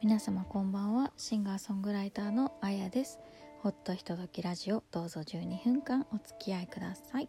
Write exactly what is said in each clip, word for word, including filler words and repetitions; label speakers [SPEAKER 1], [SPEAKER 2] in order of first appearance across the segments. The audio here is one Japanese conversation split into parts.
[SPEAKER 1] 皆様こんばんは。シンガーソングライターのあやです。ほっとひとときラジオ、どうぞじゅうにふんかんお付き合いください。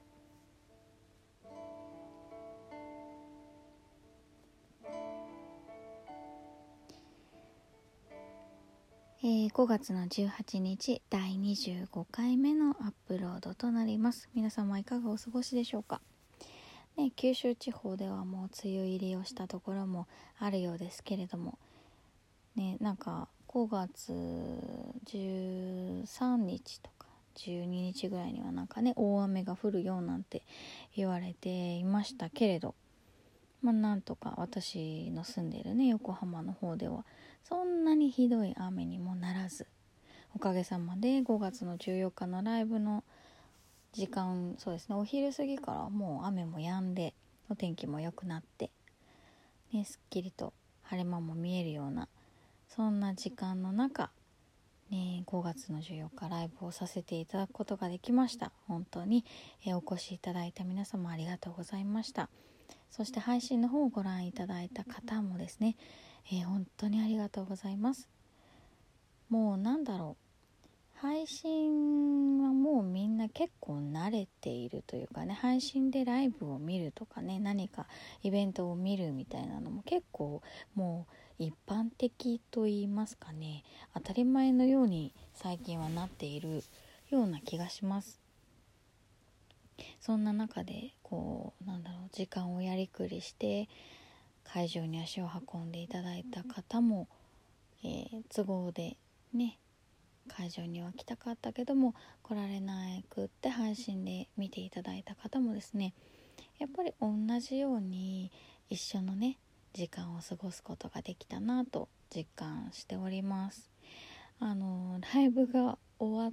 [SPEAKER 1] えー、ごがつのじゅうはちにちだいにじゅうごかいめのアップロードとなります。皆様いかがお過ごしでしょうか。ね、九州地方ではもう梅雨入りをしたところもあるようですけれどもね、なんかごがつじゅうさんにちとかじゅうににちぐらいにはなんかね大雨が降るよなんて言われていましたけれど、まあなんとか私の住んでいるね横浜の方ではそんなにひどい雨にもならず、おかげさまでごがつのじゅうよっかのライブの時間、そうですね、お昼過ぎからもう雨も止んでお天気も良くなって、ね、すっきりと晴れ間も見えるようなそんな時間の中、ね、ごがつのじゅうよっかライブをさせていただくことができました。本当に、えー、お越しいただいた皆様ありがとうございました。そして配信の方をご覧いただいた方もですね、えー、本当にありがとうございます。もうなんだろう、配信はもうみんな結構慣れているというかね、配信でライブを見るとかね、何かイベントを見るみたいなのも結構もう一般的と言いますかね、当たり前のように最近はなっているような気がします。そんな中でこうなんだろう、時間をやりくりして会場に足を運んでいただいた方も、えー、都合でね会場には来たかったけども来られなくって配信で見ていただいた方もですね、やっぱり同じように一緒のね時間を過ごすことができたなと実感しております。あのライブが終わって、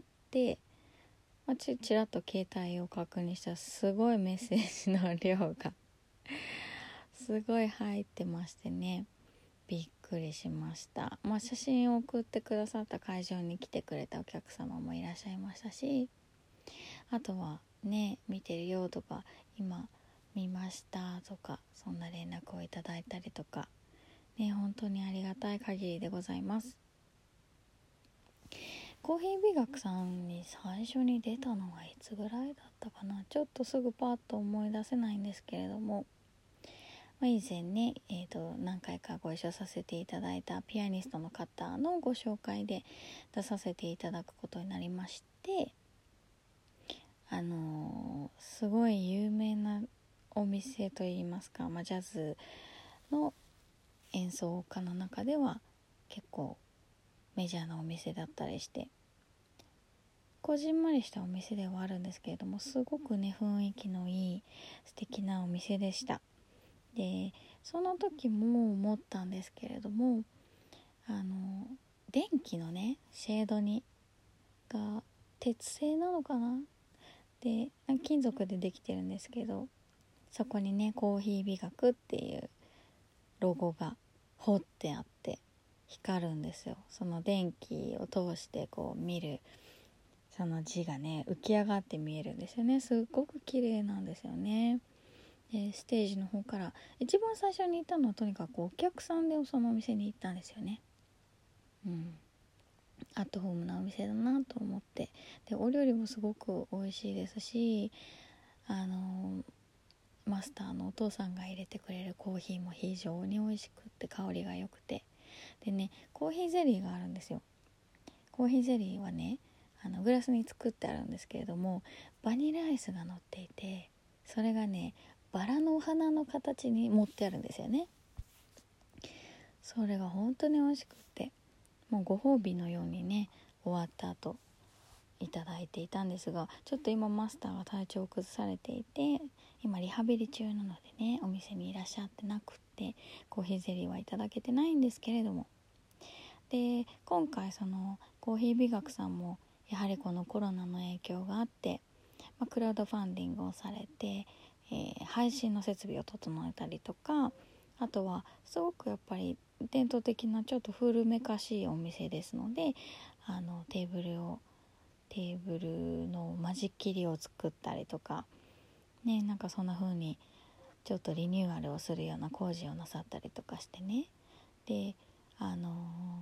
[SPEAKER 1] まあ、ち, ちらっと携帯を確認したらすごいメッセージの量がすごい入ってましてね、びっくりしました。まあ、写真を送ってくださった会場に来てくれたお客様もいらっしゃいましたし、あとはね見てるよとか今見ましたとかそんな連絡をいただいたりとかね、本当にありがたい限りでございます。コーヒー美学さんに最初に出たのはいつぐらいだったかな、ちょっとすぐパッと思い出せないんですけれども、まあ、以前ね、えーと、何回かご一緒させていただいたピアニストの方のご紹介で出させていただくことになりまして、あのー、すごい有名なお店といいますか、まあ、ジャズの演奏家の中では結構メジャーなお店だったりして、こじんまりしたお店ではあるんですけれども、すごくね雰囲気のいい素敵なお店でした。でその時も思ったんですけれども、あの電気のねシェードにが鉄製なのかな、で金属でできてるんですけど、そこにねコーヒー美学っていうロゴが彫ってあって光るんですよ。その電気を通してこう見るその字がね浮き上がって見えるんですよね。すっごく綺麗なんですよね。でステージの方から一番最初に行ったのはとにかくお客さんでそのお店に行ったんですよね。うんアットホームなお店だなと思って、でお料理もすごく美味しいですし、あのマスターのお父さんが入れてくれるコーヒーも非常に美味しくって香りが良くて、でねコーヒーゼリーがあるんですよ。コーヒーゼリーはねあのグラスに作ってあるんですけれども、バニラアイスが乗っていて、それがねバラのお花の形に持ってあるんですよね。それが本当に美味しくって、もうご褒美のようにね終わった後いただいていたんですが、ちょっと今マスターが体調を崩されていて今リハビリ中なのでねお店にいらっしゃってなくってコーヒーゼリーはいただけてないんですけれども、で今回そのコーヒー美学さんもやはりこのコロナの影響があって、まあ、クラウドファンディングをされて、えー、配信の設備を整えたりとか、あとはすごくやっぱり伝統的なちょっと古めかしいお店ですので、あのテーブルをテーブルの間仕切りを作ったりとかね、なんかそんな風にちょっとリニューアルをするような工事をなさったりとかしてね、であの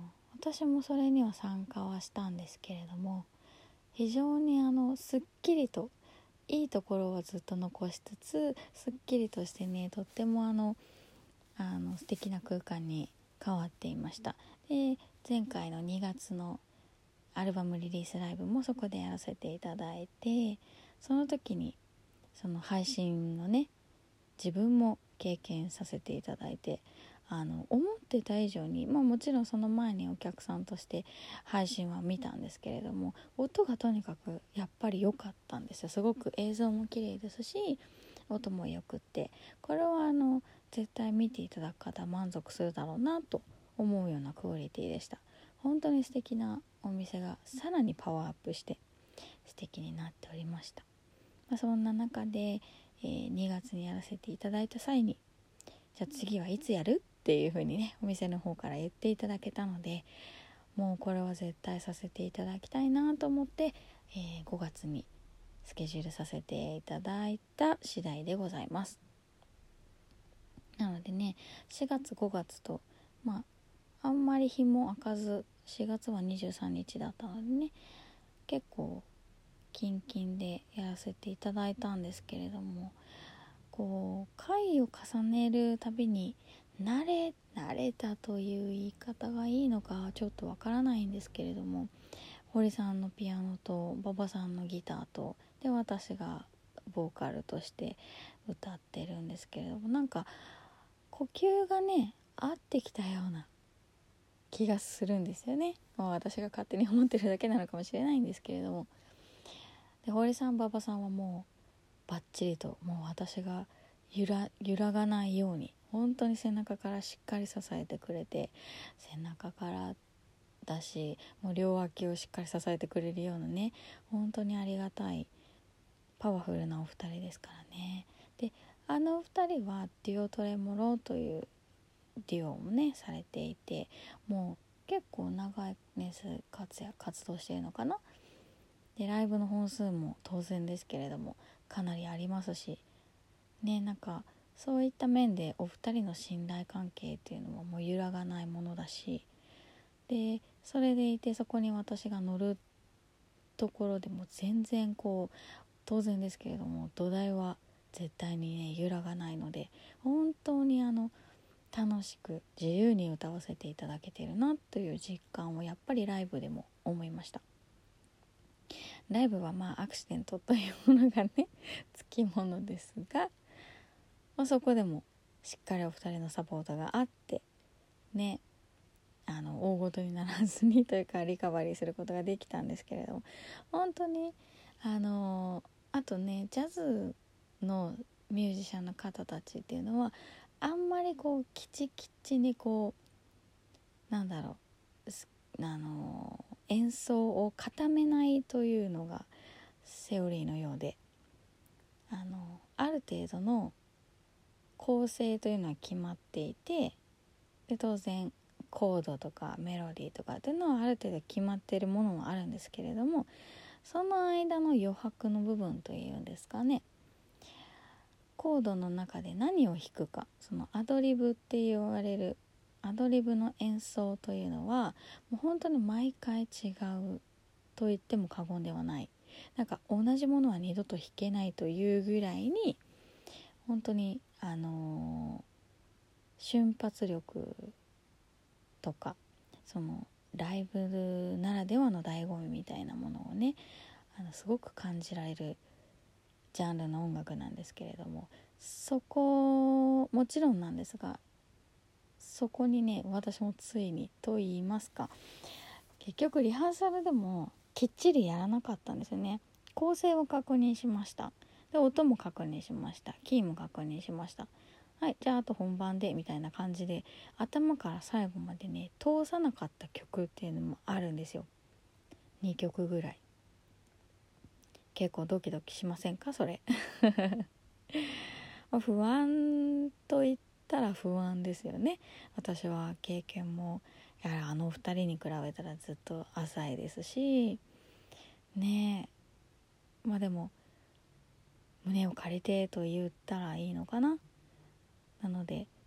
[SPEAKER 1] 私もそれには参加はしたんですけれども、非常にあのすっきりといいところはずっと残しつつ、すっきりとしてね、とってもあのあの素敵な空間に変わっていました。で、前回のにがつのアルバムリリースライブもそこでやらせていただいて、その時にその配信のね、自分も経験させていただいて、あの思ってた以上に、まあもちろんその前にお客さんとして配信は見たんですけれども、音がとにかくやっぱり良かったんですよ。すごく映像も綺麗ですし、音もよくって、これはあの絶対見ていただく方満足するだろうなと思うようなクオリティでした。本当に素敵なお店がさらにパワーアップして素敵になっておりました。まあ、そんな中で、えー、にがつにやらせていただいた際に、じゃあ次はいつやるっていう風にね、お店の方から言っていただけたので、もうこれは絶対させていただきたいなと思って、えー、ごがつにスケジュールさせていただいた次第でございます。なのでね、しがつごがつとまああんまり日も開かず、しがつはにじゅうさんにちだったのでね、結構キンキンでやらせていただいたんですけれども、こう回を重ねるたびに慣れ慣れたという言い方がいいのかちょっとわからないんですけれども、堀さんのピアノと馬場さんのギターとで、私がボーカルとして歌ってるんですけれども、なんか呼吸がね合ってきたような気がするんですよね。まあ、私が勝手に思ってるだけなのかもしれないんですけれども、で堀さん馬場さんはもうバッチリと、もう私が揺ら揺らがないように本当に背中からしっかり支えてくれて、背中からだし、もう両脇をしっかり支えてくれるようなね、本当にありがたいパワフルなお二人ですからね。で、あのお二人はデュオトレモロというデュオもねされていて、もう結構長い年数活躍活動しているのかな。でライブの本数も当然ですけれどもかなりありますしね、なんかそういった面でお二人の信頼関係っていうのはもう揺らがないものだし、でそれでいてそこに私が乗るところでも全然こう当然ですけれども土台は絶対にね揺らがないので、本当にあの楽しく自由に歌わせていただけてるなという実感をやっぱりライブでも思いました。ライブはまあアクシデントというものがねつきものですが、まあ、そこでもしっかりお二人のサポートがあってね、あの大ごとにならずにというかリカバリーすることができたんですけれども、本当にあのあとねジャズのミュージシャンの方たちっていうのはあんまりこうきちきちにこうなんだろうあの演奏を固めないというのがセオリーのようで、あのある程度の構成というのは決まっていて、で当然コードとかメロディーとかっていうのはある程度決まっているものもあるんですけれども、その間の余白の部分というんですかね、コードの中で何を弾くか、そのアドリブって言われるアドリブの演奏というのはもう本当に毎回違うと言っても過言ではない。なんか同じものは二度と弾けないというぐらいに本当にあのー、瞬発力とかそのライブならではの醍醐味みたいなものをね、あのすごく感じられるジャンルの音楽なんですけれども、そこもちろんなんですが、そこにね私もついにと言いますか、結局リハーサルでもきっちりやらなかったんですよね。構成を確認しました。で音も確認しました。キーも確認しました。はい、じゃああと本番でみたいな感じで頭から最後までね通さなかった曲っていうのもあるんですよ。にきょくぐらい。結構ドキドキしませんかそれ不安と言ったら不安ですよね。私は経験もやはりあの二人に比べたらずっと浅いですしねえ、まあでも胸を借りてと言ったらいいのかな。なので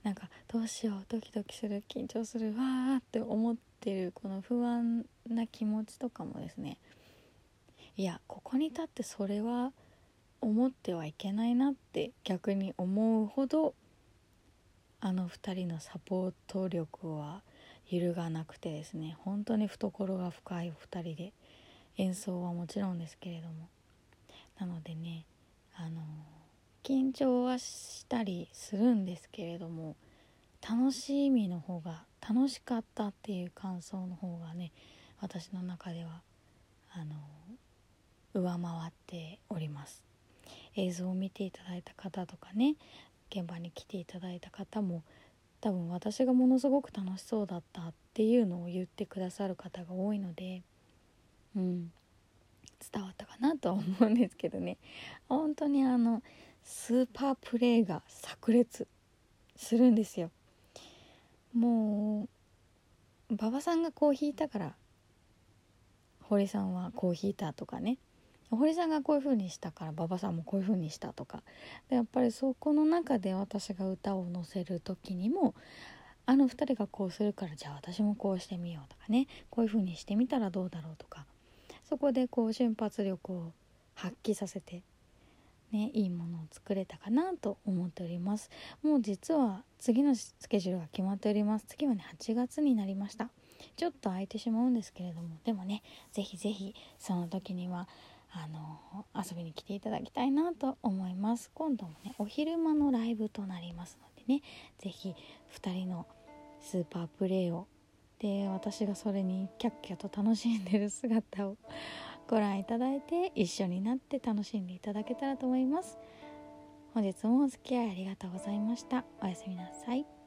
[SPEAKER 1] なんかどうしようドキドキする緊張するわーって思ってるこの不安な気持ちとかもですね、いやここに立ってそれは思ってはいけないなって逆に思うほどあのふたりのサポート力は揺るがなくてですね、本当に懐が深いお二人で、演奏はもちろんですけれども、なのでね、あの緊張はしたりするんですけれども、楽しみの方が楽しかったっていう感想の方がね、私の中ではあの上回っております。映像を見ていただいた方とかね、現場に来ていただいた方も多分私がものすごく楽しそうだったっていうのを言ってくださる方が多いので、うん伝わったかなとは思うんですけどね、本当にあのスーパープレーが炸裂するんですよ。もう馬場さんがこう弾いたから堀さんはこう弾いたとかね、堀さんがこういう風にしたから馬場さんもこういう風にしたとかで、やっぱりそこの中で私が歌を乗せる時にも、あのふたりがこうするからじゃあ私もこうしてみようとかね、こういう風にしてみたらどうだろうとか、そこでこう瞬発力を発揮させてね、いいものを作れたかなと思っております。もう実は次のスケジュールが決まっております。次はねはちがつになりました。ちょっと空いてしまうんですけれども、でもねぜひぜひその時にはあの遊びに来ていただきたいなと思います。今度もねお昼間のライブとなりますのでね、ぜひふたりのスーパープレーをで、私がそれにキャッキャと楽しんでる姿をご覧いただいて、一緒になって楽しんでいただけたらと思います。本日もお付き合いありがとうございました。おやすみなさい。